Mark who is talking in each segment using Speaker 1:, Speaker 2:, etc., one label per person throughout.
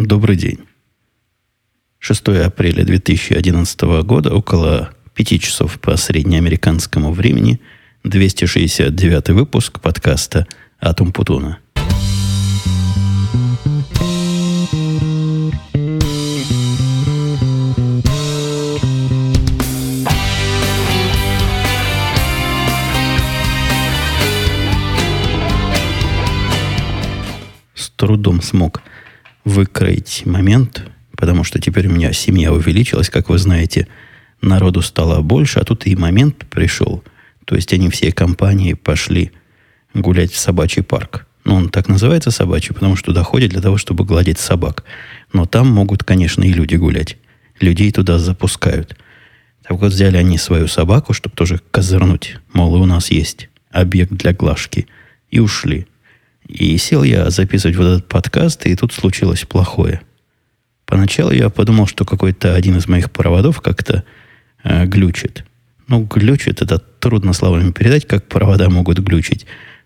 Speaker 1: Добрый день. 6 апреля 2011 года, около 5 часов по среднеамериканскому времени, 269 выпуск подкаста «Атум Путуна». С трудом смог выкроить момент, потому что теперь у меня семья увеличилась, как вы знаете, народу стало больше, а тут и момент пришел. То есть они всей компанией пошли гулять в собачий парк. Ну, он так называется собачий, потому что туда ходят для того, чтобы гладить собак. Но там могут, конечно, и люди гулять. Людей туда запускают. Так вот, взяли они свою собаку, чтобы тоже козырнуть. Мол, у нас есть объект для глажки. И ушли. И сел я записывать вот этот подкаст, и тут случилось плохое. Поначалу я подумал, что какой-то один из моих проводов как-то глючит. Ну, глючит, это трудно словами передать, как провода могут глючить.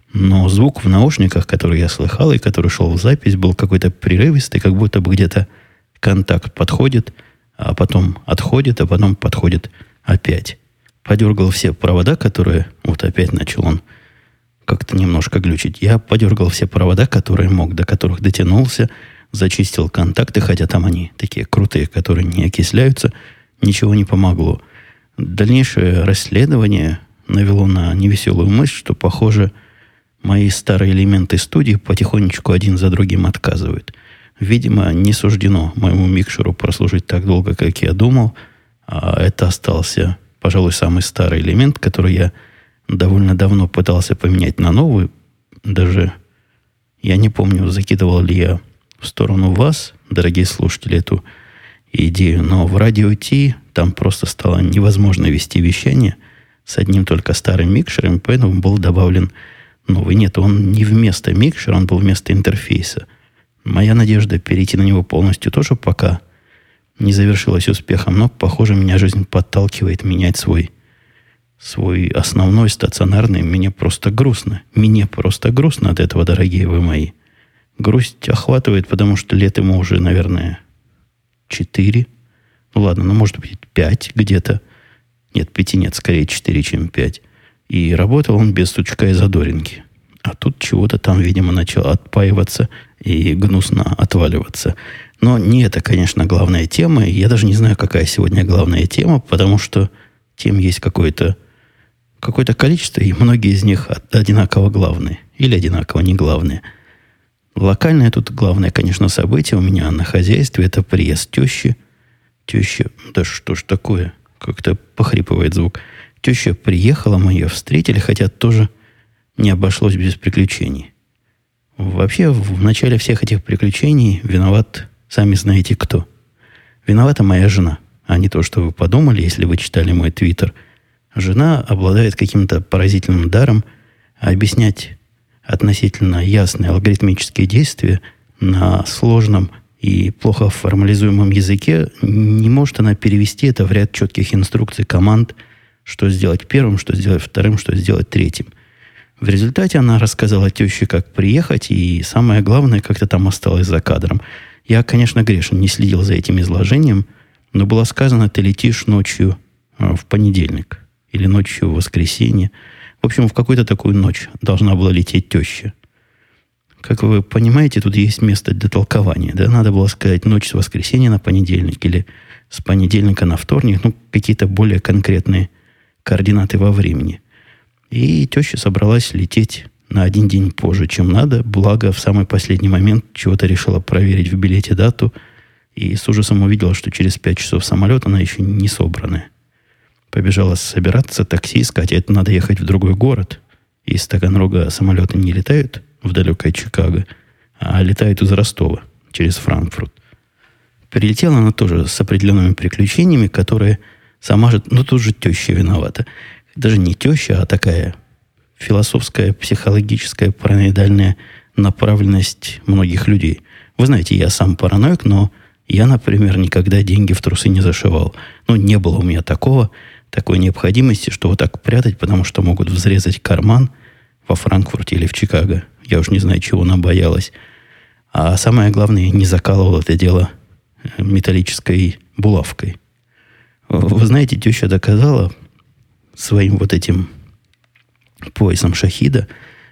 Speaker 1: Но звук в наушниках, который я слыхал и который шел в запись, был какой-то прерывистый, как будто бы где-то контакт подходит, а потом отходит, а потом подходит опять. Подергал все провода, которые... Вот опять начал он как-то немножко глючить. Я подергал все провода, которые мог, до которых дотянулся, зачистил контакты, хотя там они такие крутые, которые не окисляются, ничего не помогло. Дальнейшее расследование навело на невеселую мысль, что, похоже, мои старые элементы студии потихонечку один за другим отказывают. Видимо, не суждено моему микшеру прослужить так долго, как я думал, а это остался, пожалуй, самый старый элемент, который я довольно давно пытался поменять на новый. Даже я не помню, закидывал ли я в сторону вас, дорогие слушатели, эту идею. Но в Радио Ти там просто стало невозможно вести вещание с одним только старым микшером, поэтому был добавлен новый. Нет, он не вместо микшера, он был вместо интерфейса. Моя надежда перейти на него полностью тоже пока не завершилась успехом, но, похоже, меня жизнь подталкивает менять свой основной стационарный. Мне просто грустно. Мне просто грустно от этого, дорогие вы мои. Грусть охватывает, потому что лет ему уже, наверное, 4. Ну ладно, может быть 5 где-то. Нет, 5 нет, скорее 4, чем 5. И работал он без сучка и задоринки. А тут чего-то там, видимо, начало отпаиваться и гнусно отваливаться. Но не это, конечно, главная тема. Я даже не знаю, какая сегодня главная тема, потому что тем есть какое-то количество, и многие из них одинаково главные. Или одинаково не главные. Локальное тут главное, конечно, событие у меня на хозяйстве – это приезд тещи. Теща, да что ж такое? Как-то похрипывает звук. Теща приехала, мы ее встретили, хотя тоже не обошлось без приключений. Вообще, в начале всех этих приключений виноват, сами знаете кто. Виновата моя жена, а не то, что вы подумали, если вы читали мой твиттер. Жена обладает каким-то поразительным даром объяснять относительно ясные алгоритмические действия на сложном и плохо формализуемом языке. Не может она перевести это в ряд четких инструкций, команд, что сделать первым, что сделать вторым, что сделать третьим. В результате она рассказала теще, как приехать, и самое главное, как-то там осталось за кадром. Я, конечно, грешен, не следил за этим изложением, но было сказано, ты летишь ночью в понедельник или ночью в воскресенье. В общем, в какую-то такую ночь должна была лететь теща. Как вы понимаете, тут есть место для толкования. Да? Надо было сказать ночь с воскресенья на понедельник или с понедельника на вторник. Ну, какие-то более конкретные координаты во времени. И теща собралась лететь на один день позже, чем надо. Благо, в самый последний момент чего-то решила проверить в билете дату. И с ужасом увидела, что через 5 часов самолет она еще не собранная. Побежала собираться, такси искать. А это надо ехать в другой город. Из Таганрога самолеты не летают в далекое Чикаго, а летают из Ростова через Франкфурт. Прилетела она тоже с определенными приключениями, которые сама же... Ну, тут же теща виновата. Даже не теща, а такая философская, психологическая, параноидальная направленность многих людей. Вы знаете, я сам параноик, но я, например, никогда деньги в трусы не зашивал. Ну, не было у меня такой необходимости, что вот так прятать, потому что могут взрезать карман во Франкфурте или в Чикаго. Я уж не знаю, чего она боялась. А самое главное, не закалывал это дело металлической булавкой. Вы знаете, теща доказала своим вот этим поясом шахида,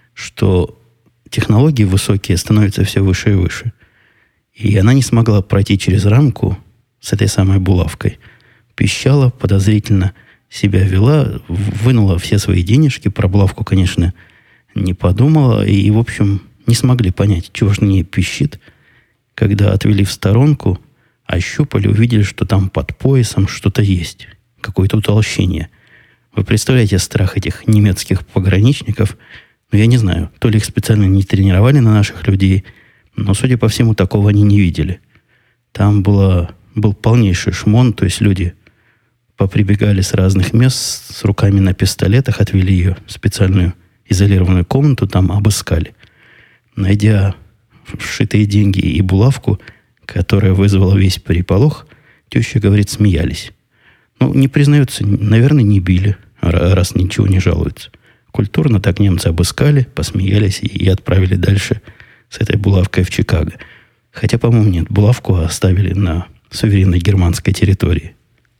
Speaker 1: что технологии высокие становятся все выше и выше. И она не смогла пройти через рамку с этой самой булавкой. Пищала, подозрительно себя вела, вынула все свои денежки. Про булавку, конечно, не подумала. И, в общем, не смогли понять, чего же на ней пищит. Когда отвели в сторонку, ощупали, увидели, что там под поясом что-то есть. Какое-то утолщение. Вы представляете страх этих немецких пограничников? Ну, я не знаю, то ли их специально не тренировали на наших людей, но, судя по всему, такого они не видели. Там был полнейший шмон, то есть люди поприбегали с разных мест с руками на пистолетах, отвели ее в специальную изолированную комнату, там обыскали. Найдя вшитые деньги и булавку, которая вызвала весь переполох, теща говорит, смеялись. Ну, не признаются, наверное, не били, раз ничего не жалуются. Культурно так немцы обыскали, посмеялись и отправили дальше с этой булавкой в Чикаго. Хотя, по-моему, нет, булавку оставили на суверенной германской территории.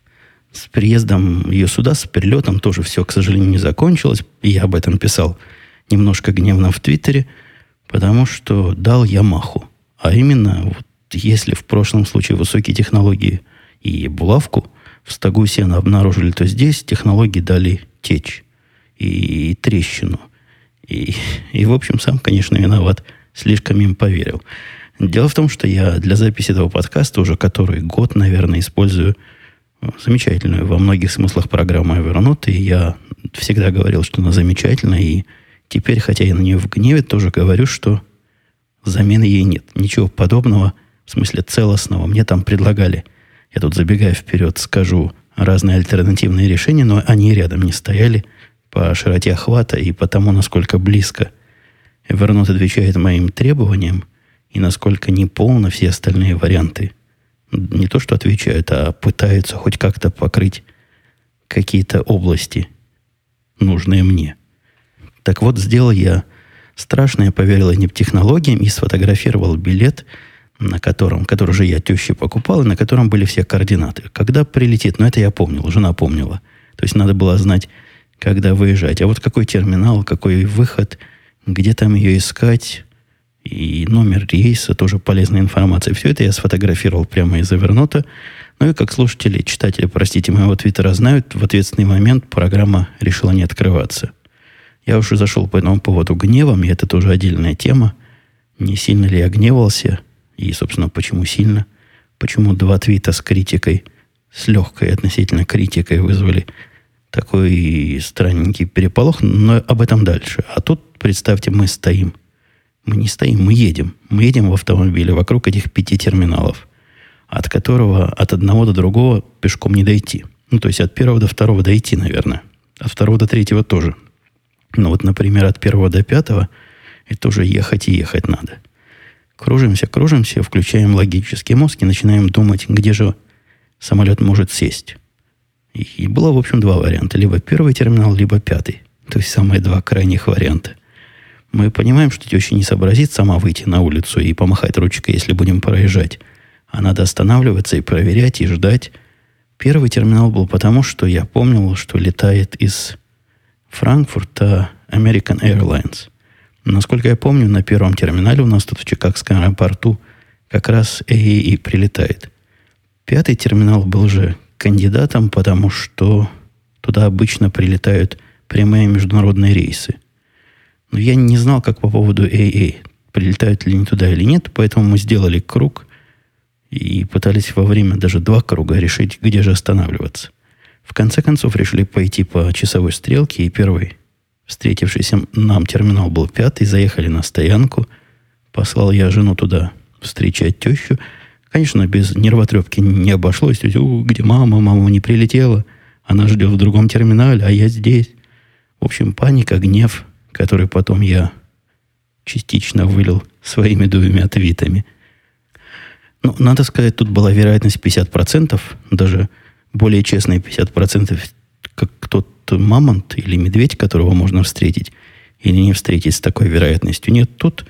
Speaker 1: С приездом ее сюда, с перелетом тоже все, к сожалению, не закончилось. И я об этом писал немножко гневно в Твиттере, потому что дал я маху. А именно, вот если в прошлом случае высокие технологии и булавку в стогу сена обнаружили, то здесь технологии дали течь и трещину. И, в общем, сам, конечно, виноват. Слишком им поверил. Дело в том, что я для записи этого подкаста уже который год, наверное, использую замечательную во многих смыслах программу Evernote. И я всегда говорил, что она замечательная. И теперь, хотя я на нее в гневе, тоже говорю, что замены ей нет. Ничего подобного, в смысле целостного, мне там предлагали. Я тут, забегая вперед, скажу разные альтернативные решения, но они рядом не стояли по широте охвата и по тому, насколько близко Evernote отвечает моим требованиям и насколько неполно все остальные варианты не то что отвечают, а пытаются хоть как-то покрыть какие-то области, нужные мне. Так вот, сделал я страшное, поверил этим технологиям и сфотографировал билет, который же я теще покупал, и на котором были все координаты. Когда прилетит, это я помнил, жена помнила. То есть надо было знать, когда выезжать. А вот какой терминал, какой выход, где там ее искать, и номер рейса, тоже полезная информация. Все это я сфотографировал прямо из Evernote. Ну и как слушатели, читатели, простите, моего твиттера знают, в ответственный момент программа решила не открываться. Я уже зашел по этому поводу гневом, и это тоже отдельная тема. Не сильно ли я гневался? И, собственно, почему сильно? Почему 2 твита с критикой, с легкой относительно критикой вызвали такой странненький переполох? Но об этом дальше. А тут, представьте, мы стоим. Мы не стоим, мы едем. Мы едем в автомобиле вокруг этих 5 терминалов, от которого от одного до другого пешком не дойти. Ну, то есть от первого до второго дойти, наверное. От второго до третьего тоже. Но вот, например, от 1 до 5 это уже ехать и ехать надо. Кружимся, включаем логический мозг и начинаем думать, где же самолет может сесть. И было, в общем, 2 варианта. Либо первый терминал, либо 5. То есть самые 2 крайних варианта. Мы понимаем, что теща не сообразит сама выйти на улицу и помахать ручкой, если будем проезжать. А надо останавливаться и проверять, и ждать. Первый терминал был потому, что я помнил, что летает из Франкфурта American Airlines. Насколько я помню, на первом терминале у нас тут в Чикагском аэропорту как раз AAA прилетает. 5-й терминал был же кандидатом, потому что туда обычно прилетают прямые международные рейсы. Но я не знал, как по поводу AA, прилетают ли они туда или нет, поэтому мы сделали круг и пытались во время даже 2 круга решить, где же останавливаться. В конце концов решили пойти по часовой стрелке, и первый встретившийся нам терминал был 5-й, заехали на стоянку, послал я жену туда встречать тещу. Конечно, без нервотрепки не обошлось. Где мама? Мама не прилетела. Она ждет в другом терминале, а я здесь. В общем, паника, гнев, который потом я частично вылил своими 2 твитами. Ну, надо сказать, тут была вероятность 50%, даже более честные 50%, как тот мамонт или медведь, которого можно встретить или не встретить с такой вероятностью. Нет, тут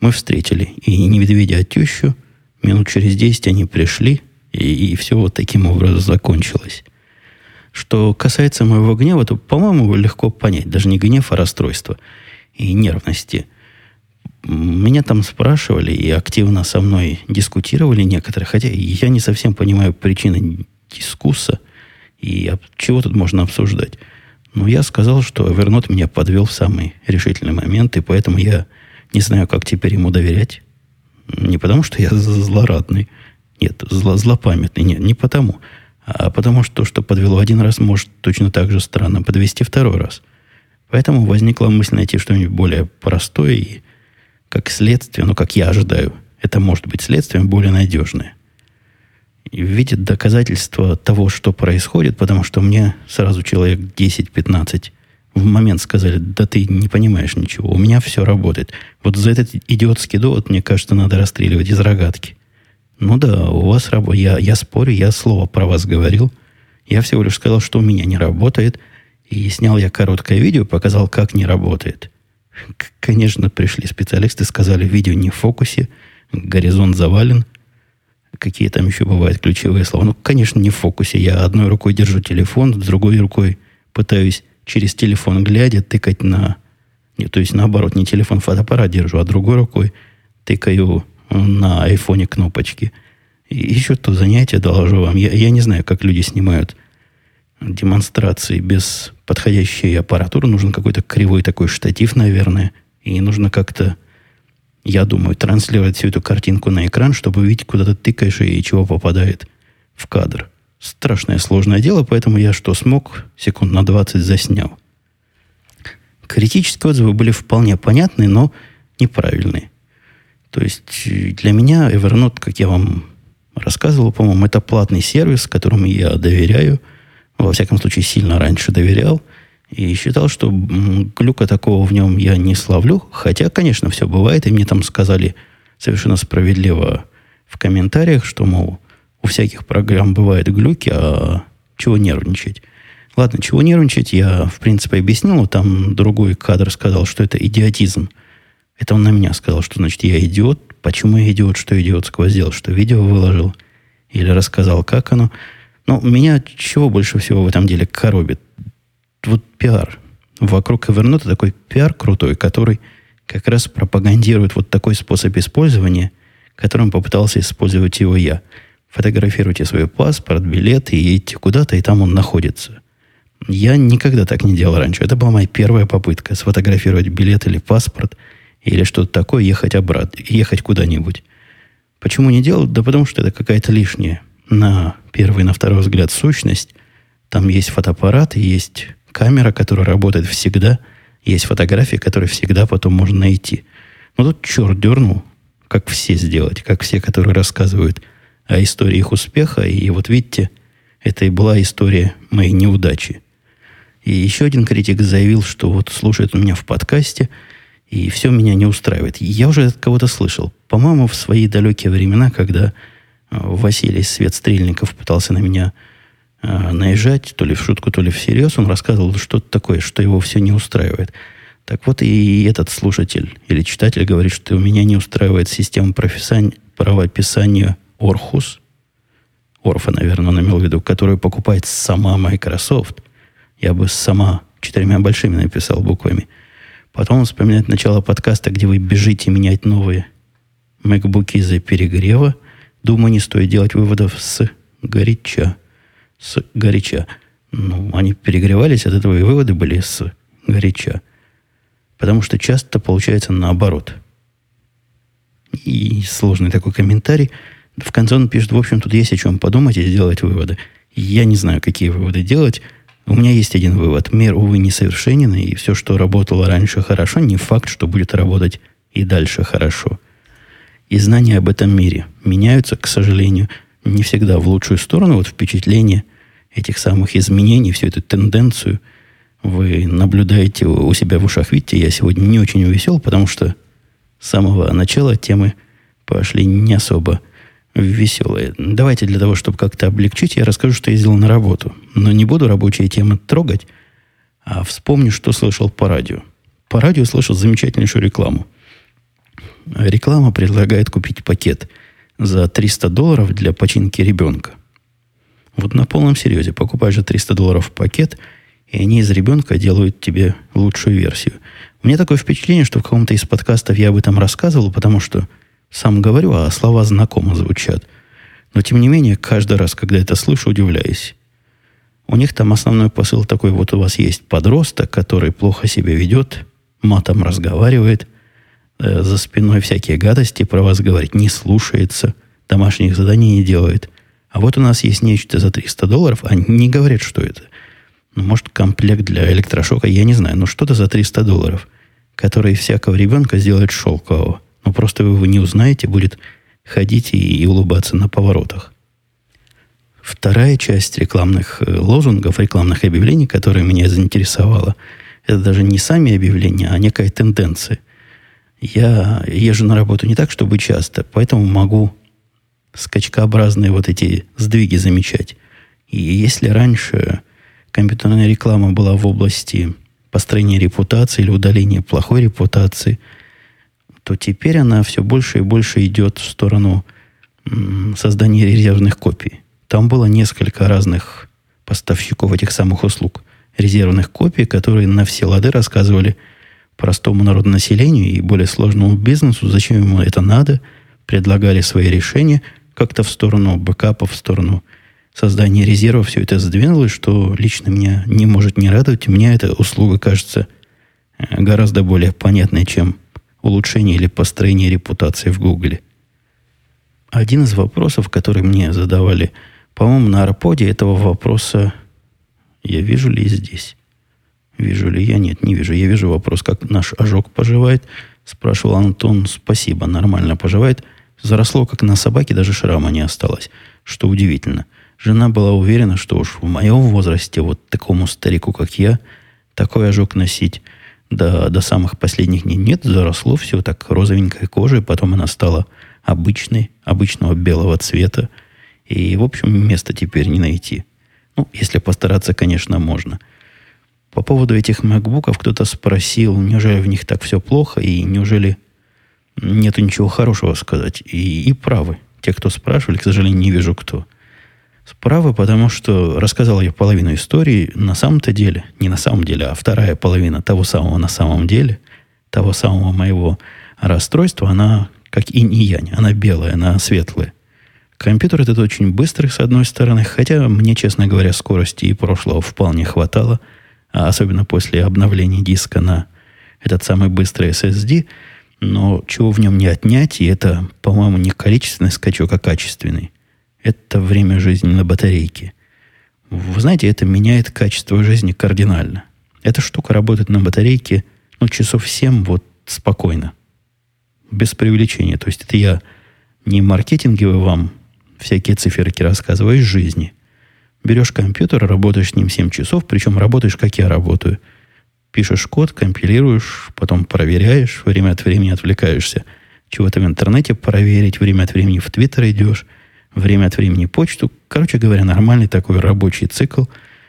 Speaker 1: Мы встретили и не медведя, а тещу. Минут через 10 они пришли, и все вот таким образом закончилось. Что касается моего гнева, то, по-моему, его легко понять. Даже не гнев, а расстройство и нервности. Меня там спрашивали и активно со мной дискутировали некоторые, хотя я не совсем понимаю причины дискусса и чего тут можно обсуждать. Но я сказал, что Evernote меня подвел в самый решительный момент, и поэтому я не знаю, как теперь ему доверять. Не потому, что я злорадный, нет, злопамятный, нет, не потому, а потому что подвело один раз, может точно так же странно подвести второй раз. Поэтому возникла мысль найти что-нибудь более простое и, как следствие, как я ожидаю, это может быть следствием более надежное. И в виде доказательства того, что происходит, потому что мне сразу человек 10-15 в момент сказали: да ты не понимаешь ничего, у меня все работает. Вот за этот идиотский довод, мне кажется, надо расстреливать из рогатки. Ну да, у вас работает. Я спорю, я слово про вас говорил. Я всего лишь сказал, что у меня не работает. И снял я короткое видео, показал, как не работает. Конечно, пришли специалисты, сказали, видео не в фокусе, горизонт завален. Какие там еще бывают ключевые слова? Конечно, не в фокусе. Я одной рукой держу телефон, с другой рукой пытаюсь через телефон глядя тыкать на... то есть, наоборот, не телефон, фотоаппарат держу, а другой рукой тыкаю на айфоне кнопочки. И еще то занятие, доложу вам. Я не знаю, как люди снимают демонстрации без подходящей аппаратуры. Нужен какой-то кривой такой штатив, наверное. И нужно как-то, я думаю, транслировать всю эту картинку на экран, чтобы увидеть, куда ты тыкаешь и чего попадает в кадр. Страшное сложное дело, поэтому я что смог, секунд на 20 заснял. Критические отзывы были вполне понятны, но неправильные. То есть для меня Evernote, как я вам рассказывал, по-моему, это платный сервис, которому я доверяю. Во всяком случае, сильно раньше доверял. И считал, что глюка такого в нем я не славлю. Хотя, конечно, все бывает. И мне там сказали совершенно справедливо в комментариях, что, мол, у всяких программ бывают глюки, а чего нервничать? Ладно, чего нервничать, я, в принципе, объяснил, но там другой кадр сказал, что это идиотизм. Это он на меня сказал, что, значит, я идиот. Почему я идиот? Что идиотского сделал? Что видео выложил? Или рассказал, как оно? Но меня чего больше всего в этом деле коробит? Вот пиар. Вокруг Evernote такой пиар крутой, который как раз пропагандирует вот такой способ использования, которым попытался использовать его я. Фотографируйте свой паспорт, билет и едете куда-то, и там он находится. Я никогда так не делал раньше. Это была моя первая попытка сфотографировать билет или паспорт, или что-то такое, ехать обратно, ехать куда-нибудь. Почему не делал? Да потому что это какая-то лишняя, на первый, на второй взгляд, сущность. Там есть фотоаппарат, есть камера, которая работает всегда, есть фотографии, которые всегда потом можно найти. Но тут черт дернул, как все сделать, как все, которые рассказывают о истории их успеха. И вот видите, это и была история моей неудачи. И еще один критик заявил, что вот слушает он меня в подкасте, и все меня не устраивает. Я уже от кого-то слышал. По-моему, в свои далекие времена, когда Василий Свет Стрельников пытался на меня наезжать, то ли в шутку, то ли всерьез, он рассказывал что-то такое, что его все не устраивает. Так вот, и этот слушатель или читатель говорит, что у меня не устраивает система правописания Орхус, Орфа, наверное, он имел в виду, которую покупает сама Microsoft. Я бы сама 4 большими написал буквами. Потом он вспоминает начало подкаста, где вы бежите менять новые MacBook из-за перегрева. Думаю, не стоит делать выводов с горяча. Они перегревались, от этого и выводы были с горяча. Потому что часто получается наоборот. И сложный такой комментарий. В конце он пишет, в общем, тут есть о чем подумать и сделать выводы. Я не знаю, какие выводы делать. У меня есть один вывод. Мир, увы, несовершенен, и все, что работало раньше хорошо, не факт, что будет работать и дальше хорошо. И знания об этом мире меняются, к сожалению, не всегда в лучшую сторону. Вот впечатление этих самых изменений, всю эту тенденцию вы наблюдаете у себя в ушах. Видите, я сегодня не очень весел, потому что с самого начала темы пошли не особо веселые. Давайте для того, чтобы как-то облегчить, я расскажу, что я сделал на работу. Но не буду рабочие темы трогать, а вспомню, что слышал по радио. По радио слышал замечательнейшую рекламу. реклама предлагает купить пакет за $300 для починки ребенка. Вот на полном серьезе. Покупаешь за $300 пакет, и они из ребенка делают тебе лучшую версию. У меня такое впечатление, что в каком-то из подкастов я об этом рассказывал, потому что сам говорю, а слова знакомо звучат. Но, тем не менее, каждый раз, когда это слышу, удивляюсь. У них там основной посыл такой: вот у вас есть подросток, который плохо себя ведет, матом разговаривает, за спиной всякие гадости про вас говорит, не слушается, домашних заданий не делает. А вот у нас есть нечто за $300, они не говорят, что это. Ну, может, комплект для электрошока, я не знаю, но что-то за $300, который всякого ребенка сделает шелкового. Но просто вы его не узнаете, будет ходить и улыбаться на поворотах. Вторая часть рекламных лозунгов, рекламных объявлений, которая меня заинтересовала, это даже не сами объявления, а некая тенденция. Я езжу на работу не так, чтобы часто, поэтому могу скачкообразные вот эти сдвиги замечать. И если раньше компьютерная реклама была в области построения репутации или удаления плохой репутации, то теперь она все больше и больше идет в сторону создания резервных копий. Там было несколько разных поставщиков этих самых услуг. Резервных копий, которые на все лады рассказывали простому народному населению и более сложному бизнесу, зачем ему это надо, предлагали свои решения как-то в сторону бэкапа, в сторону создания резерва. Все это сдвинулось, что лично меня не может не радовать. Мне эта услуга кажется гораздо более понятной, чем улучшение или построение репутации в Гугле. Один из вопросов, который мне задавали, по-моему, на Арподе, этого вопроса я вижу ли здесь? Вижу ли я? Нет, не вижу. Я вижу вопрос, как наш ожог поживает. Спрашивал Антон. Спасибо, нормально поживает. Заросло, как на собаке, даже шрама не осталось. Что удивительно. Жена была уверена, что уж в моем возрасте, вот такому старику, как я, такой ожог носить до самых последних дней нет. Заросло все так розовенькой кожей. Потом она стала обычного белого цвета. И, в общем, места теперь не найти. Ну, если постараться, конечно, можно. По поводу этих MacBook'ов кто-то спросил, неужели в них так все плохо, и неужели нету ничего хорошего сказать. И правы. Те, кто спрашивали, к сожалению, не вижу кто. Правы, потому что рассказал я половину истории. На самом-то деле, не на самом деле, а вторая половина того самого на самом деле, того самого моего расстройства, она как инь и янь. Она белая, она светлая. Компьютер этот очень быстрый, с одной стороны, хотя мне, честно говоря, скорости и прошлого вполне хватало, особенно после обновления диска на этот самый быстрый SSD, но чего в нем не отнять, и это, по-моему, не количественный скачок, а качественный. Это время жизни на батарейке. Вы знаете, это меняет качество жизни кардинально. Эта штука работает на батарейке, часов 7 вот спокойно. Без преувеличения. То есть это я не маркетинговый вам всякие циферки рассказываю из жизни. Берешь компьютер, работаешь с ним 7 часов, причем работаешь, как я работаю. Пишешь код, компилируешь, потом проверяешь, время от времени отвлекаешься. Чего-то в интернете проверить, время от времени в Твиттер идешь, время от времени почту. Короче говоря, нормальный такой рабочий цикл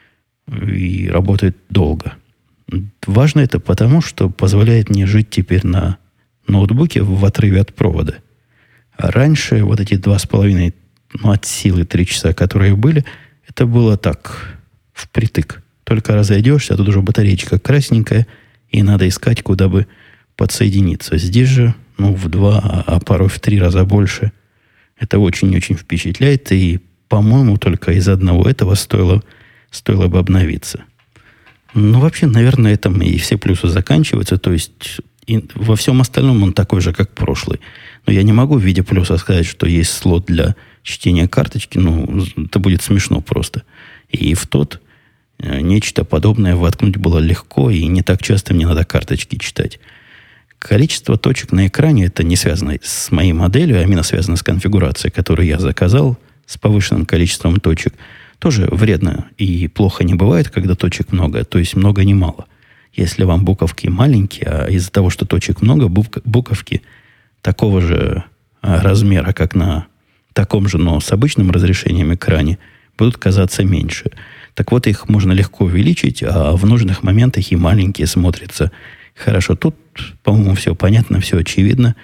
Speaker 1: и работает долго. Важно это потому, что позволяет мне жить теперь на ноутбуке в отрыве от провода. А раньше вот эти 2,5, от силы 3 часа, которые были, это было так, впритык. Только разойдешься, а тут уже батареечка красненькая, и надо искать, куда бы подсоединиться. Здесь же, в 2, а порой в 3 раза больше. Это очень-очень впечатляет, и, по-моему, только из одного этого стоило бы обновиться. Вообще, наверное, на этом и все плюсы заканчиваются. То есть, во всем остальном он такой же, как прошлый. Но я не могу в виде плюса сказать, что есть слот для чтения карточки. Это будет смешно просто. И в тот нечто подобное воткнуть было легко, и не так часто мне надо карточки читать. Количество точек на экране, это не связано с моей моделью, а именно связано с конфигурацией, которую я заказал, с повышенным количеством точек. Тоже вредно и плохо не бывает, когда точек много, то есть много не мало. Если вам буковки маленькие, а из-за того, что точек много, буковки такого же размера, как на таком же, но с обычным разрешением экране, будут казаться меньше. Так вот, их можно легко увеличить, а в нужных моментах и маленькие смотрятся хорошо. Тут, по-моему, все понятно, все очевидно.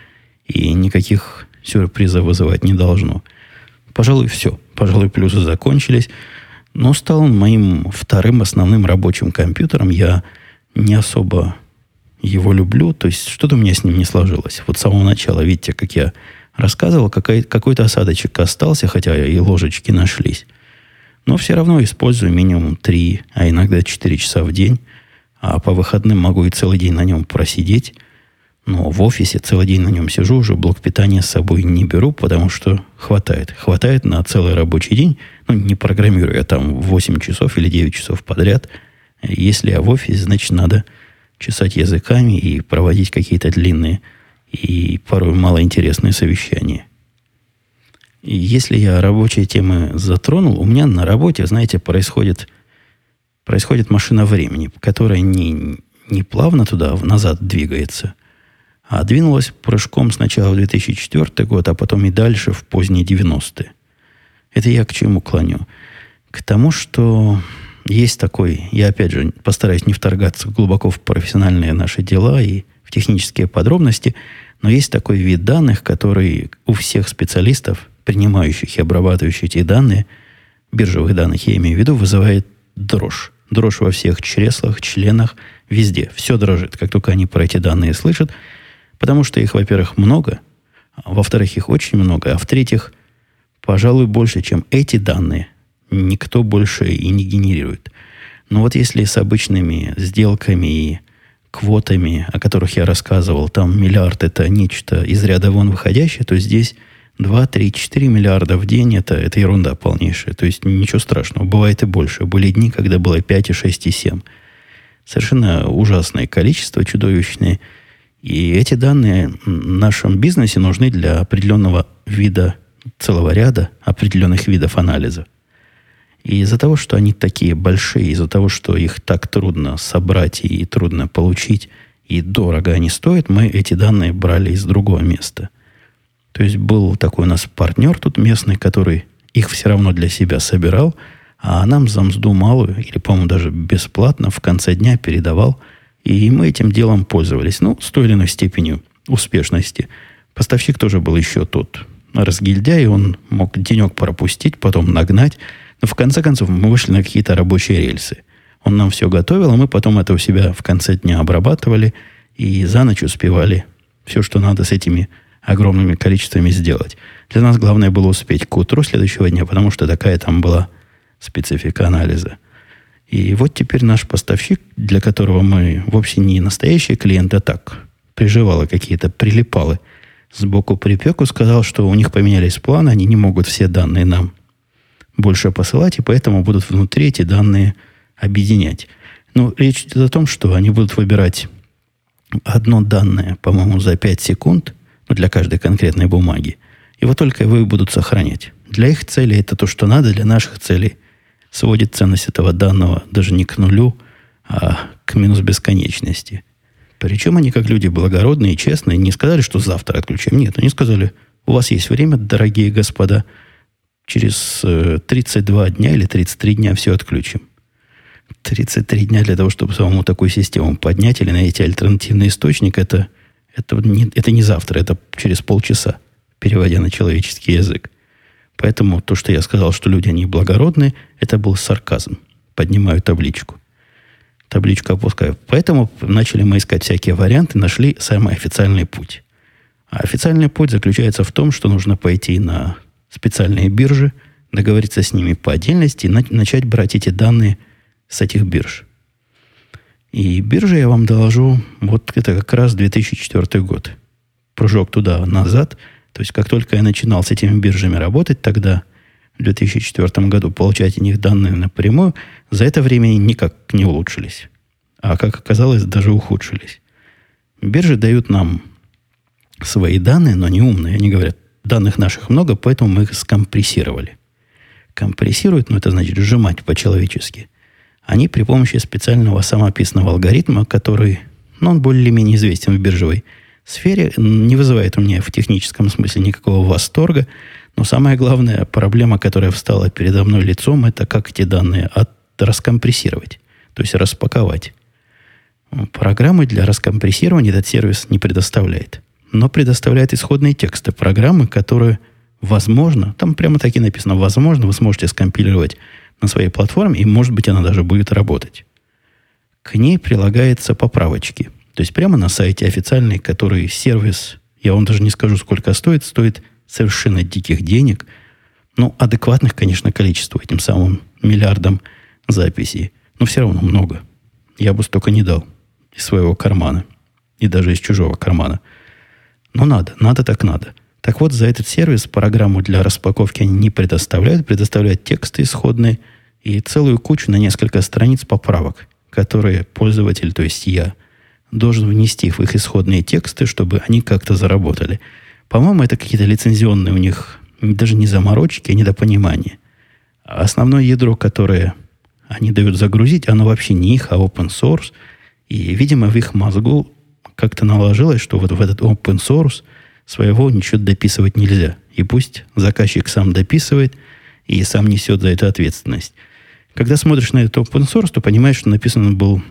Speaker 1: и никаких сюрпризов вызывать не должно. Пожалуй, все. Пожалуй, плюсы закончились. Но стал он моим вторым основным рабочим компьютером. Я не особо его люблю. То есть, что-то у меня с ним не сложилось. Вот с самого начала, видите, как я рассказывал, какой-то осадочек остался, хотя и ложечки нашлись. Но все равно использую минимум 3, а иногда 4 часа в день. А по выходным могу и целый день на нем просидеть. Но в офисе целый день на нем сижу, уже блок питания с собой не беру, потому что хватает. Хватает на целый рабочий день. Ну, не программирую я там 8 часов или 9 часов подряд. Если я в офисе, значит, надо чесать языками и проводить какие-то длинные и порой малоинтересные совещания. И если я рабочие темы затронул, у меня на работе, знаете, происходит машина времени, которая не плавно туда-назад двигается, а двинулась прыжком сначала в 2004 год, а потом и дальше в поздние 90-е. Это я к чему клоню? К тому, что есть такой, я опять же постараюсь не вторгаться глубоко в профессиональные наши дела и в технические подробности, но есть такой вид данных, который у всех специалистов, принимающих и обрабатывающих эти данные, биржевых данных, я имею в виду, вызывает дрожь. Дрожь во всех членах, везде. Все дрожит, как только они про эти данные слышат, потому что их, во-первых, много, во-вторых, их очень много, а в-третьих, пожалуй, больше, чем эти данные, никто больше и не генерирует. Но вот если с обычными сделками и квотами, о которых я рассказывал, там миллиард – это нечто из ряда вон выходящее, то здесь 2, 3, 4 миллиарда в день – это ерунда полнейшая. То есть ничего страшного. Бывает и больше. Были дни, когда было 5, 6 и 7. Совершенно ужасное количество, чудовищное. И эти данные в нашем бизнесе нужны для определенного вида, целого ряда определенных видов анализа. И из-за того, что они такие большие, из-за того, что их так трудно собрать и трудно получить, и дорого они стоят, мы эти данные брали из другого места. То есть был такой у нас партнер тут местный, который их все равно для себя собирал, а нам за мзду малую, или, по-моему, даже бесплатно в конце дня передавал, и мы этим делом пользовались. Ну, с той или иной степенью успешности. Поставщик тоже был еще тот разгильдяй, он мог денек пропустить, потом нагнать. Но в конце концов мы вышли на какие-то рабочие рельсы. Он нам все готовил, а мы потом это у себя в конце дня обрабатывали и за ночь успевали все, что надо с этими огромными количествами сделать. Для нас главное было успеть к утру следующего дня, потому что такая там была специфика анализа. И вот теперь наш поставщик, для которого мы вовсе не настоящий клиент, а так приживало какие-то, прилипалы сбоку припеку, сказал, что у них поменялись планы, они не могут все данные нам больше посылать, и поэтому будут внутри эти данные объединять. Но речь идет о том, что они будут выбирать одно данное, по-моему, за 5 секунд, ну, для каждой конкретной бумаги, и вот только его и будут сохранять. Для их целей это то, что надо, для наших целей сводит ценность этого данного даже не к нулю, а к минус бесконечности. Причем они, как люди благородные и честные, не сказали, что завтра отключим. Нет, они сказали, у вас есть время, дорогие господа, через 32 дня или 33 дня все отключим. 33 дня для того, чтобы самому такую систему поднять или найти альтернативный источник, это не завтра, это через полчаса, переводя на человеческий язык. Поэтому то, что я сказал, что люди, они благородные, это был сарказм. Поднимаю табличку. Табличку опускаю. Поэтому начали мы искать всякие варианты, нашли самый официальный путь. А официальный путь заключается в том, что нужно пойти на специальные биржи, договориться с ними по отдельности и начать брать эти данные с этих бирж. И биржи, я вам доложу, вот это как раз 2004 год. Прыжок туда-назад. То есть, как только я начинал с этими биржами работать, тогда, в 2004 году, получать от них данные напрямую, за это время они никак не улучшились. А, как оказалось, даже ухудшились. Биржи дают нам свои данные, но не умные. Они говорят, данных наших много, поэтому мы их скомпрессировали. Компрессируют, это значит сжимать по-человечески. Они при помощи специального самописного алгоритма, который, он более-менее известен в биржевой сфере, не вызывает у меня в техническом смысле никакого восторга, но самая главная проблема, которая встала передо мной лицом, это как эти данные раскомпрессировать, то есть распаковать. Программы для раскомпрессирования этот сервис не предоставляет. но предоставляет исходные тексты программы, которые, возможно, там прямо так и написано, возможно, вы сможете скомпилировать на своей платформе, и, может быть, она даже будет работать. К ней прилагаются поправочки. То есть прямо на сайте официальный, который сервис, я вам даже не скажу, сколько стоит совершенно диких денег, ну, адекватных, конечно, количество этим самым миллиардам записей. Но все равно много. Я бы столько не дал из своего кармана. И даже из чужого кармана. Но надо так надо. Так вот, за этот сервис программу для распаковки они не предоставляют. Предоставляют тексты исходные и целую кучу на несколько страниц поправок, которые пользователь, то есть я, должен внести в их исходные тексты, чтобы они как-то заработали. По-моему, это какие-то лицензионные у них даже не заморочки, а недопонимания. А основное ядро, которое они дают загрузить, оно вообще не их, а open source. И, видимо, в их мозгу как-то наложилось, что вот в этот open source своего ничего дописывать нельзя. И пусть заказчик сам дописывает и сам несет за это ответственность. Когда смотришь на этот open source, то понимаешь, что написан он был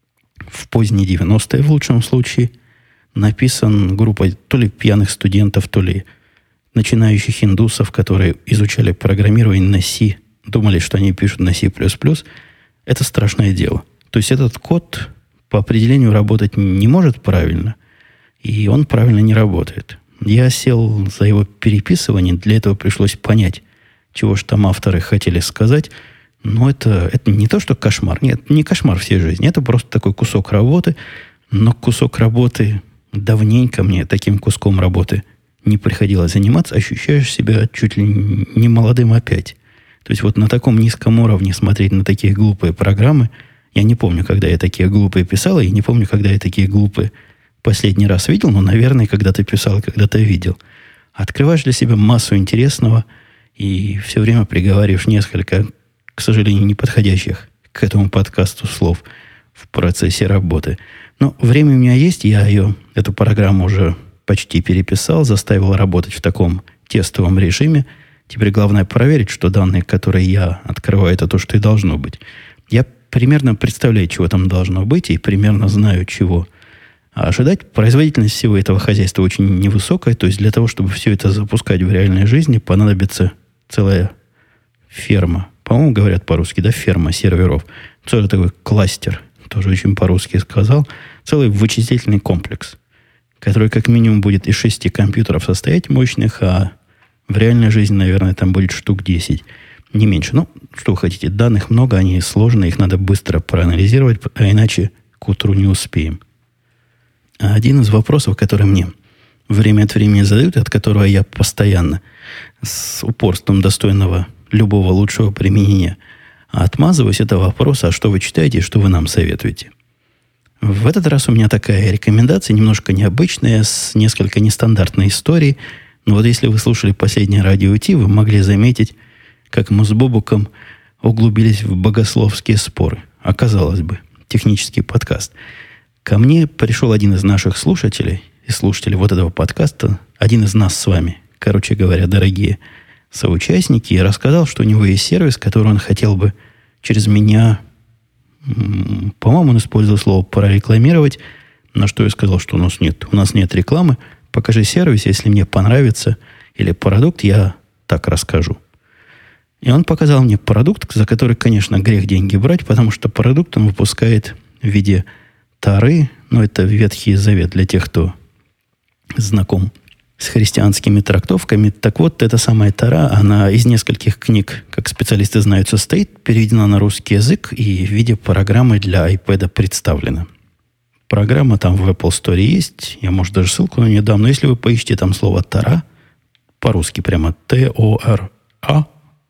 Speaker 1: в поздние 90-е в лучшем случае. Написан группой то ли пьяных студентов, то ли начинающих индусов, которые изучали программирование на C, думали, что они пишут на C++. Это страшное дело. То есть этот код по определению работать не может правильно, и он правильно не работает. Я сел за его переписывание, для этого пришлось понять, чего же там авторы хотели сказать. Но это не то, что кошмар. Нет, не кошмар всей жизни. Это просто такой кусок работы. Но кусок работы давненько мне таким куском работы не приходилось заниматься. Ощущаешь себя чуть ли не молодым опять. То есть вот на таком низком уровне смотреть на такие глупые программы. Я не помню, когда я такие глупые писал, и не помню, когда я такие глупые последний раз видел, но, наверное, когда-то писал, когда-то видел. Открываешь для себя массу интересного и все время приговариваешь несколько, к сожалению, неподходящих к этому подкасту слов в процессе работы. Но время у меня есть, я эту программу уже почти переписал, заставил работать в таком тестовом режиме. Теперь главное проверить, что данные, которые я открываю, это то, что и должно быть. Я примерно представляю, чего там должно быть, и примерно знаю, чего ожидать. Производительность всего этого хозяйства очень невысокая, то есть для того, чтобы все это запускать в реальной жизни, понадобится целая ферма. По-моему, говорят по-русски, да, ферма серверов. Целый такой кластер, тоже очень по-русски сказал. Целый вычислительный комплекс, который как минимум будет из 6 компьютеров состоять мощных, а в реальной жизни, наверное, там будет штук 10, не меньше. Ну, что вы хотите, данных много, они сложные, их надо быстро проанализировать, а иначе к утру не успеем. А один из вопросов, который мне время от времени задают, от которого я постоянно с упорством достойного любого лучшего применения отмазываюсь, это вопрос, а что вы читаете и что вы нам советуете. В этот раз у меня такая рекомендация, немножко необычная, с несколько нестандартной историей. Но вот если вы слушали последнее радио Ти, вы могли заметить, как мы с Бобуком углубились в богословские споры. Оказалось бы, технический подкаст. Ко мне пришел один из наших слушателей, и слушателей вот этого подкаста, один из нас с вами, короче говоря, дорогие соучастники, и рассказал, что у него есть сервис, который он хотел бы через меня, по-моему, он использовал слово «прорекламировать», на что я сказал, что у нас нет рекламы. Покажи сервис, если мне понравится, или продукт, я так расскажу. И он показал мне продукт, за который, конечно, грех деньги брать, потому что продукт он выпускает в виде Торы, но это Ветхий Завет для тех, кто знаком с христианскими трактовками. Так вот, эта самая Тора, она из нескольких книг, как специалисты знают, состоит, переведена на русский язык и в виде программы для iPad представлена. Программа там в Apple Store есть, я, может, даже ссылку на нее дам, но если вы поищете там слово «Тора», по-русски прямо T-O-R-A,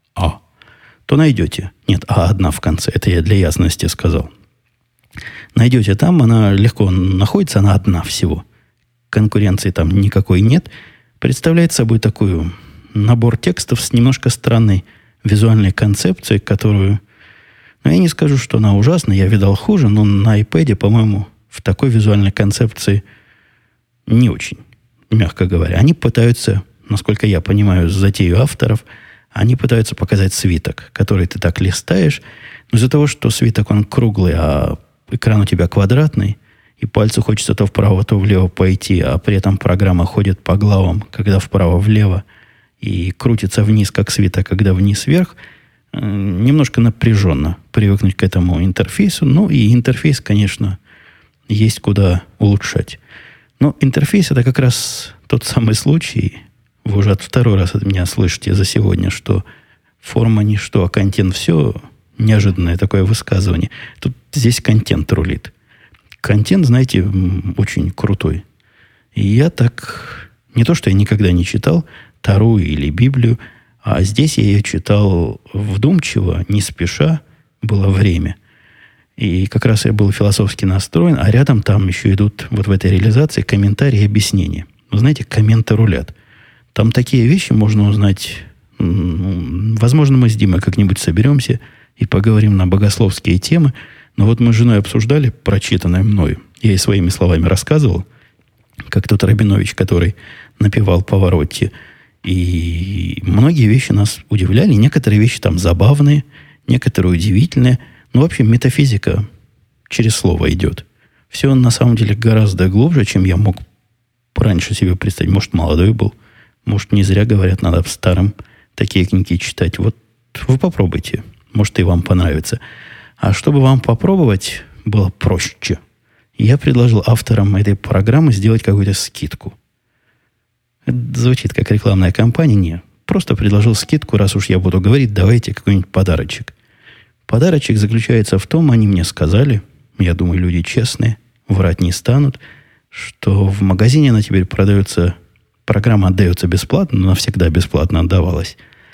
Speaker 1: то найдете. Нет, одна в конце, это я для ясности сказал. Найдете там, она легко находится, она одна всего. Конкуренции там никакой нет. Представляет собой такой набор текстов с немножко странной визуальной концепцией, которую, я не скажу, что она ужасна, я видал хуже, но на iPad, по-моему, в такой визуальной концепции не очень, мягко говоря. Они пытаются, насколько я понимаю, затею авторов, они пытаются показать свиток, который ты так листаешь, но из-за того, что свиток, он круглый, а экран у тебя квадратный, и пальцу хочется то вправо, то влево пойти, а при этом программа ходит по главам, когда вправо-влево, и крутится вниз, как свита, когда вниз-вверх, немножко напряженно привыкнуть к этому интерфейсу. Ну, и интерфейс, конечно, есть куда улучшать. Но интерфейс – это как раз тот самый случай, вы уже второй раз от меня слышите за сегодня, что форма ничто, а контент все, неожиданное такое высказывание. Тут здесь контент рулит. Контент, знаете, очень крутой. И я так, не то что я никогда не читал Тору или Библию, а здесь я ее читал вдумчиво, не спеша, было время. И как раз я был философски настроен, а рядом там еще идут вот в этой реализации комментарии и объяснения. Вы знаете, комменты рулят. Там такие вещи можно узнать. Возможно, мы с Димой как-нибудь соберемся и поговорим на богословские темы. Но вот мы с женой обсуждали прочитанное мною. Я ей своими словами рассказывал, как тот Рабинович, который напевал Паваротти. И многие вещи нас удивляли. Некоторые вещи там забавные, некоторые удивительные. Но, в общем, метафизика через слово идет. Все на самом деле гораздо глубже, чем я мог раньше себе представить. Может, молодой был. Может, не зря говорят, надо старым такие книги читать. Вот вы попробуйте. Может, и вам понравится. А чтобы вам попробовать было проще, я предложил авторам этой программы сделать какую-то скидку. Это звучит как рекламная кампания. Не, просто предложил скидку, раз уж я буду говорить, давайте какой-нибудь подарочек. Подарочек заключается в том, они мне сказали, я думаю, люди честные, врать не станут, что в магазине она теперь продается, программа отдается бесплатно, но навсегда бесплатно отдавалась.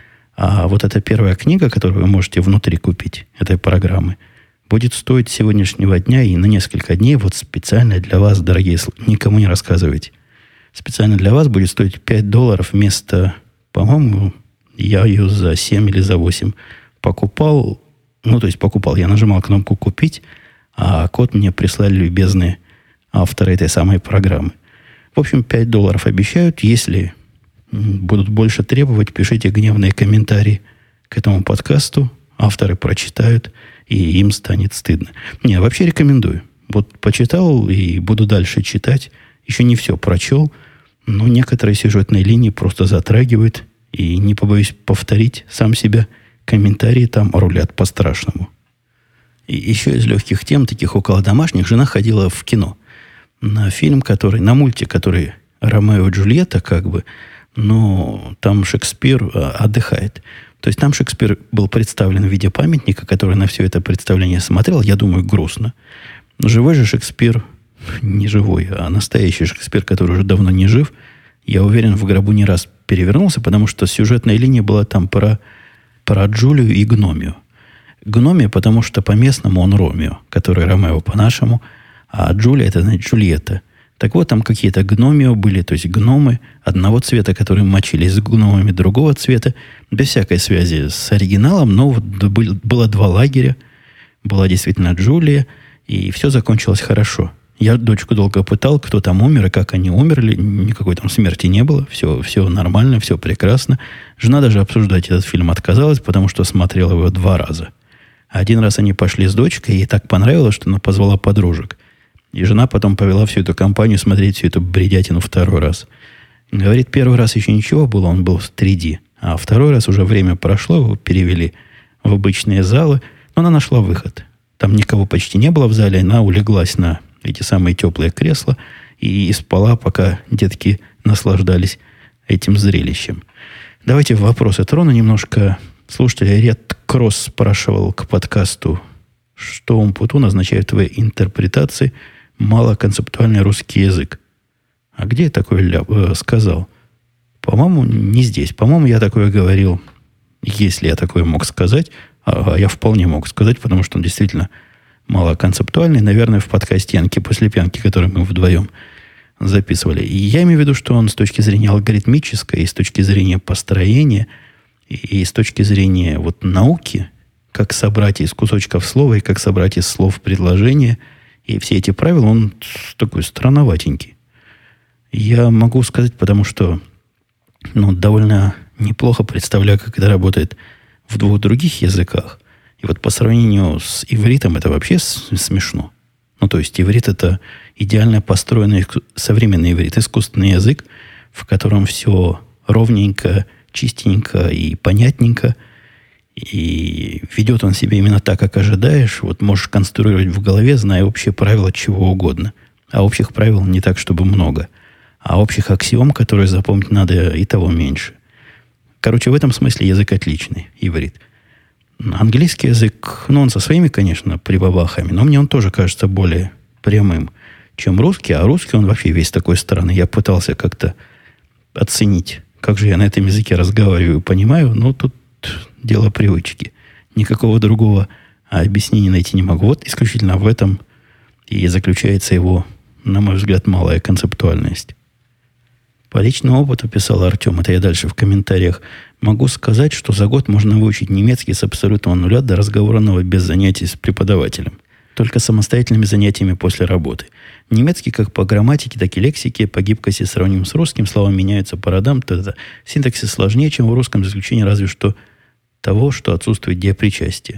Speaker 1: А вот эта первая книга, которую вы можете внутри купить, этой программы, будет стоить с сегодняшнего дня и на несколько дней, вот специально для вас, дорогие, никому не рассказывайте. Специально для вас будет стоить $5 вместо, по-моему, я ее за 7 или за 8 покупал. Ну, то есть покупал. Я нажимал кнопку «Купить», а код мне прислали любезные авторы этой самой программы. В общем, $5 обещают. Если будут больше требовать, пишите гневные комментарии к этому подкасту. Авторы прочитают, и им станет стыдно. Не, вообще рекомендую. Вот почитал и буду дальше читать. Еще не все прочел, но некоторые сюжетные линии просто затрагивают. И не побоюсь повторить сам себя, комментарии там рулят по-страшному. И еще из легких тем, таких около домашних, жена ходила в кино. На фильм, на мультик, который «Ромео и Джульетта», как бы, но там Шекспир отдыхает. То есть там Шекспир был представлен в виде памятника, который на все это представление смотрел, я думаю, грустно. Живой же Шекспир, не живой, а настоящий Шекспир, который уже давно не жив, я уверен, в гробу не раз перевернулся, потому что сюжетная линия была там про Джулию и Гномию. Гномия, потому что по-местному он Ромео, который Ромео по-нашему, а Джулия, это, значит, Джульетта. Так вот, там какие-то гномио были, то есть гномы одного цвета, которые мочились с гномами другого цвета, без всякой связи с оригиналом, но вот было два лагеря, была действительно Джулия, и все закончилось хорошо. Я дочку долго пытал, кто там умер и как они умерли. Никакой там смерти не было. Все нормально, все прекрасно. Жена даже обсуждать этот фильм отказалась, потому что смотрела его 2 раза. Один раз они пошли с дочкой, ей так понравилось, что она позвала подружек. И жена потом повела всю эту компанию смотреть всю эту бредятину 2-й раз. Говорит, 1-й раз еще ничего было, он был в 3D. А 2-й раз уже время прошло, его перевели в обычные залы. Но она нашла выход. Там никого почти не было в зале, она улеглась на эти самые теплые кресла и спала, пока детки наслаждались этим зрелищем. Давайте вопросы трону немножко. Слушатель Ред Кросс спрашивал к подкасту, что Умпутун означает в твоей интерпретации малоконцептуальный русский язык. А где я такое сказал? По-моему, не здесь. По-моему, я такое говорил, если я такое мог сказать, а я вполне мог сказать, потому что он действительно малоконцептуальный, наверное, в подкасте «Янки после пьянки», который мы вдвоем записывали. И я имею в виду, что он с точки зрения алгоритмической, и с точки зрения построения, и с точки зрения вот науки, как собрать из кусочков слова, и как собрать из слов предложения, и все эти правила, он такой странноватенький. Я могу сказать, потому что довольно неплохо представляю, как это работает в 2 других языках. И вот по сравнению с ивритом это вообще смешно. Ну, то есть иврит – это идеально построенный современный иврит, искусственный язык, в котором все ровненько, чистенько и понятненько. И ведет он себя именно так, как ожидаешь. Вот можешь конструировать в голове, зная общие правила чего угодно. А общих правил не так, чтобы много. А общих аксиом, которые запомнить надо, и того меньше. Короче, в этом смысле язык отличный, иврит. Английский язык, ну, он со своими, конечно, прибабахами, но мне он тоже кажется более прямым, чем русский. А русский, он вообще весь такой странный. Я пытался как-то оценить, как же я на этом языке разговариваю, понимаю, но тут дело привычки. Никакого другого объяснения найти не могу. Вот исключительно в этом и заключается его, на мой взгляд, малая концептуальность. По личному опыту, писал Артем, это я дальше в комментариях, могу сказать, что за год можно выучить немецкий с абсолютного нуля до разговорного без занятий с преподавателем. Только самостоятельными занятиями после работы. Немецкий как по грамматике, так и лексике, по гибкости сравним с русским, слова меняются по родам, синтаксис сложнее, чем в русском, за исключением разве что того, что отсутствует диапричастие.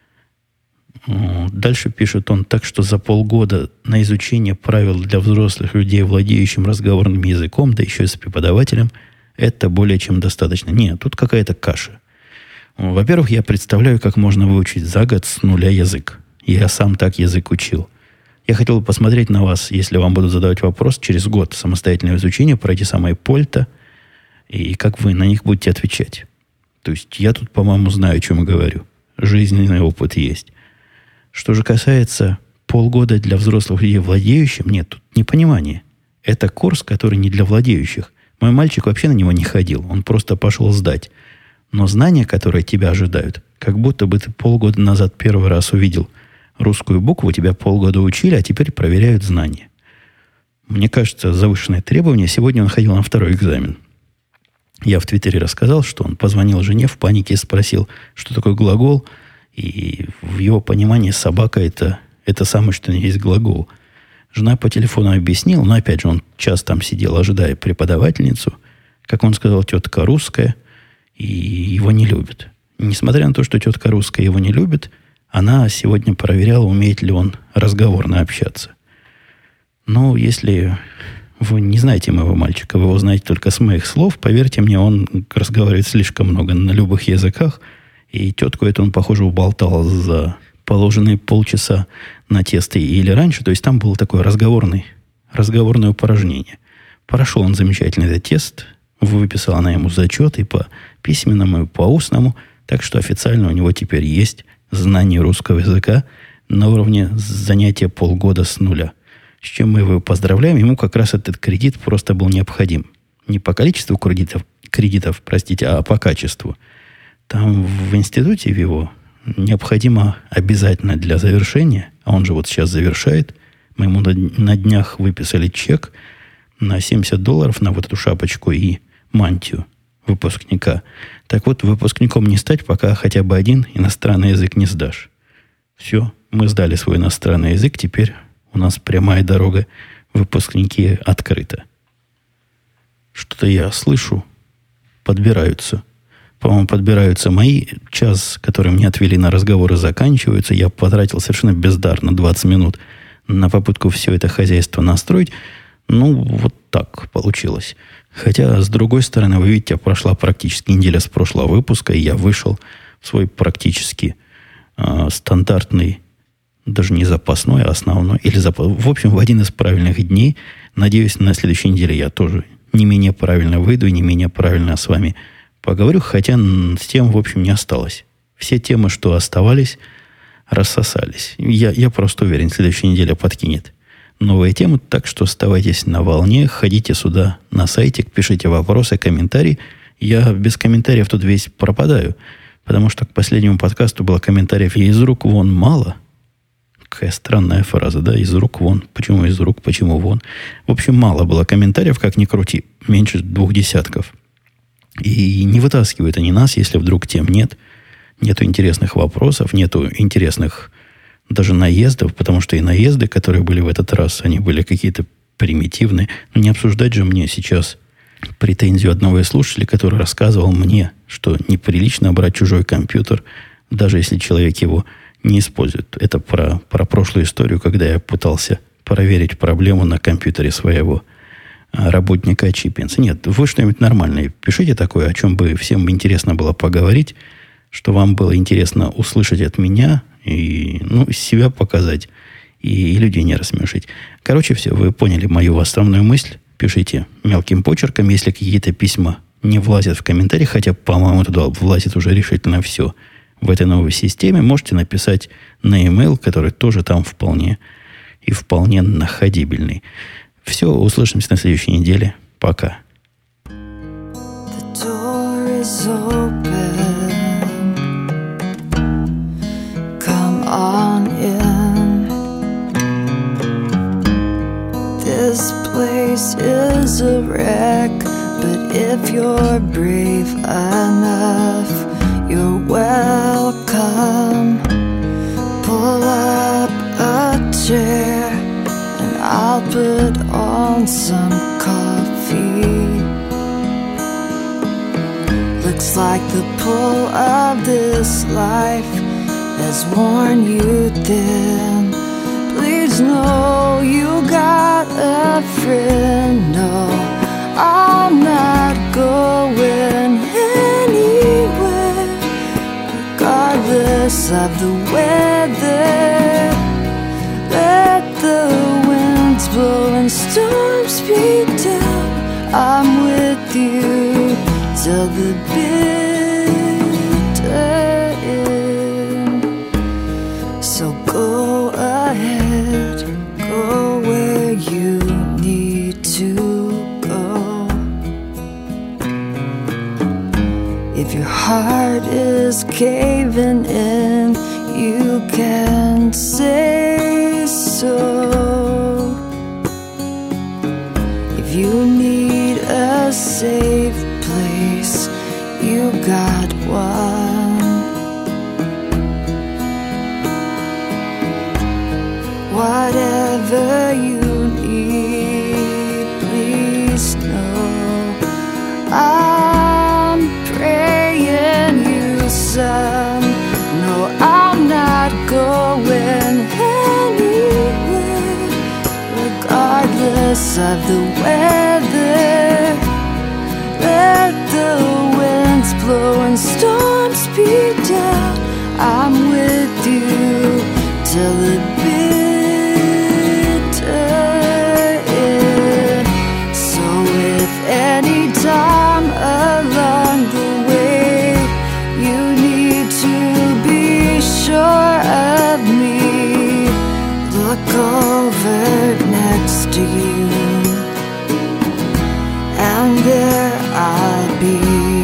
Speaker 1: Дальше пишет он так, что за полгода на изучение правил для взрослых людей, владеющим разговорным языком, да еще и с преподавателем, это более чем достаточно. Нет, тут какая-то каша. Во-первых, я представляю, как можно выучить за год с нуля язык. Я сам так язык учил. Я хотел бы посмотреть на вас, если вам будут задавать вопрос, через год самостоятельного изучения, пройти самое Польта, и как вы на них будете отвечать. То есть я тут, по-моему, знаю, о чем я говорю. Жизненный опыт есть. Что же касается полгода для взрослых людей владеющим, нет, тут непонимание. Это курс, который не для владеющих. Мой мальчик вообще на него не ходил. Он просто пошел сдать. Но знания, которые тебя ожидают, как будто бы ты полгода назад первый раз увидел русскую букву, тебя полгода учили, а теперь проверяют знания. Мне кажется, завышенное требование. Сегодня он ходил на второй экзамен. Я в Твиттере рассказал, что он позвонил жене в панике и спросил, что такое глагол. И в его понимании собака это самое, что есть глагол. Жена по телефону объяснила, но опять же он час там сидел, ожидая преподавательницу. Как он сказал, тетка русская, и его не любит. Несмотря на то, что тетка русская его не любит, она сегодня проверяла, умеет ли он разговорно общаться. Но если вы не знаете моего мальчика, вы его знаете только с моих слов, поверьте мне, он разговаривает слишком много на любых языках, и тетку эту он, похоже, уболтал за положенные полчаса на тесты или раньше. То есть там было такое разговорное упражнение. Прошел он замечательно этот тест. Выписала она ему зачет и по письменному, и по устному. Так что официально у него теперь есть знание русского языка на уровне занятия полгода с нуля. С чем мы его поздравляем. Ему как раз этот кредит просто был необходим. Не по количеству кредитов, а по качеству. Там в институте в его необходимо обязательно для завершения, а он же вот сейчас завершает, мы ему на днях выписали чек на $70 на вот эту шапочку и мантию выпускника. Так вот, выпускником не стать, пока хотя бы один иностранный язык не сдашь. Все, мы сдали свой иностранный язык, теперь у нас прямая дорога выпускники открыта. Что-то я слышу, подбираются. По-моему, подбираются мои. Час, который мне отвели на разговоры, заканчивается. Я потратил совершенно бездарно 20 минут на попытку все это хозяйство настроить. Ну, вот так получилось. Хотя, с другой стороны, вы видите, прошла практически неделя с прошлого выпуска, и я вышел в свой практически стандартный, даже не запасной, а основной. В общем, в один из правильных дней. Надеюсь, на следующей неделе я тоже не менее правильно выйду и не менее правильно с вами поговорю, хотя с тем, в общем, не осталось. Все темы, что оставались, рассосались. Я просто уверен, следующая неделя подкинет новые темы, так что оставайтесь на волне, ходите сюда на сайтик, пишите вопросы, комментарии. Я без комментариев тут весь пропадаю, потому что к последнему подкасту было комментариев из рук вон мало. Какая странная фраза, да? Из рук вон. Почему из рук, почему вон? В общем, мало было комментариев, как ни крути. Меньше 20. И не вытаскивают они нас, если вдруг тем нет. Нету интересных вопросов, нету интересных даже наездов, потому что и наезды, которые были в этот раз, они были какие-то примитивные. Но не обсуждать же мне сейчас претензию одного из слушателей, который рассказывал мне, что неприлично брать чужой компьютер, даже если человек его не используют. Это про прошлую историю, когда я пытался проверить проблему на компьютере своего работника Чипинса. Нет, вы что-нибудь нормальное пишите такое, о чем бы всем интересно было поговорить, что вам было интересно услышать от меня и себя показать, и людей не рассмешить. Короче, все, вы поняли мою основную мысль. Пишите мелким почерком, если какие-то письма не влазят в комментарии, хотя, по-моему, туда влазит уже решительно все в этой новой системе, можете написать на e-mail, который тоже там вполне находибельный. Все, услышимся на следующей неделе. Пока.
Speaker 2: This place is a wreck, but if you're brave enough, you're welcome. Pull up a chair and I'll put on some coffee. Looks like the pull of this life has worn you thin. Please know you got a friend. No, I'm not going anywhere, regardless of the weather. Let the winds blow and storms beat down. I'm with you till the bitter end. So go ahead, go where you need to go. If your heart is caving in, you can say so. If you need a safe place, you got one. Whatever you need, please know I'm praying you some. No, I'm not going anywhere, regardless of the weather. Let the winds blow and storms beat down. I'm with you till the bitter end. So if any time along the way you need to be sure of me, look over next to you, and there I'll be.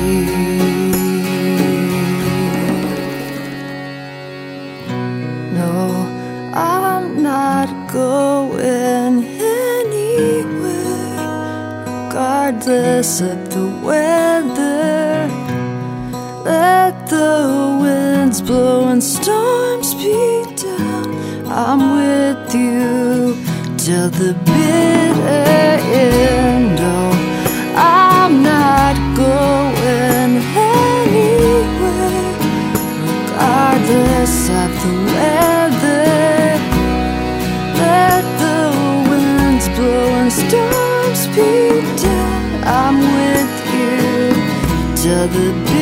Speaker 2: No, I'm not going anywhere, regardless of the weather. Let the winds blow and storms beat down. I'm with you till the bitter end. Oh, I'm not going anywhere, regardless of the weather. Let the winds blow and storms beat down. I'm with you till the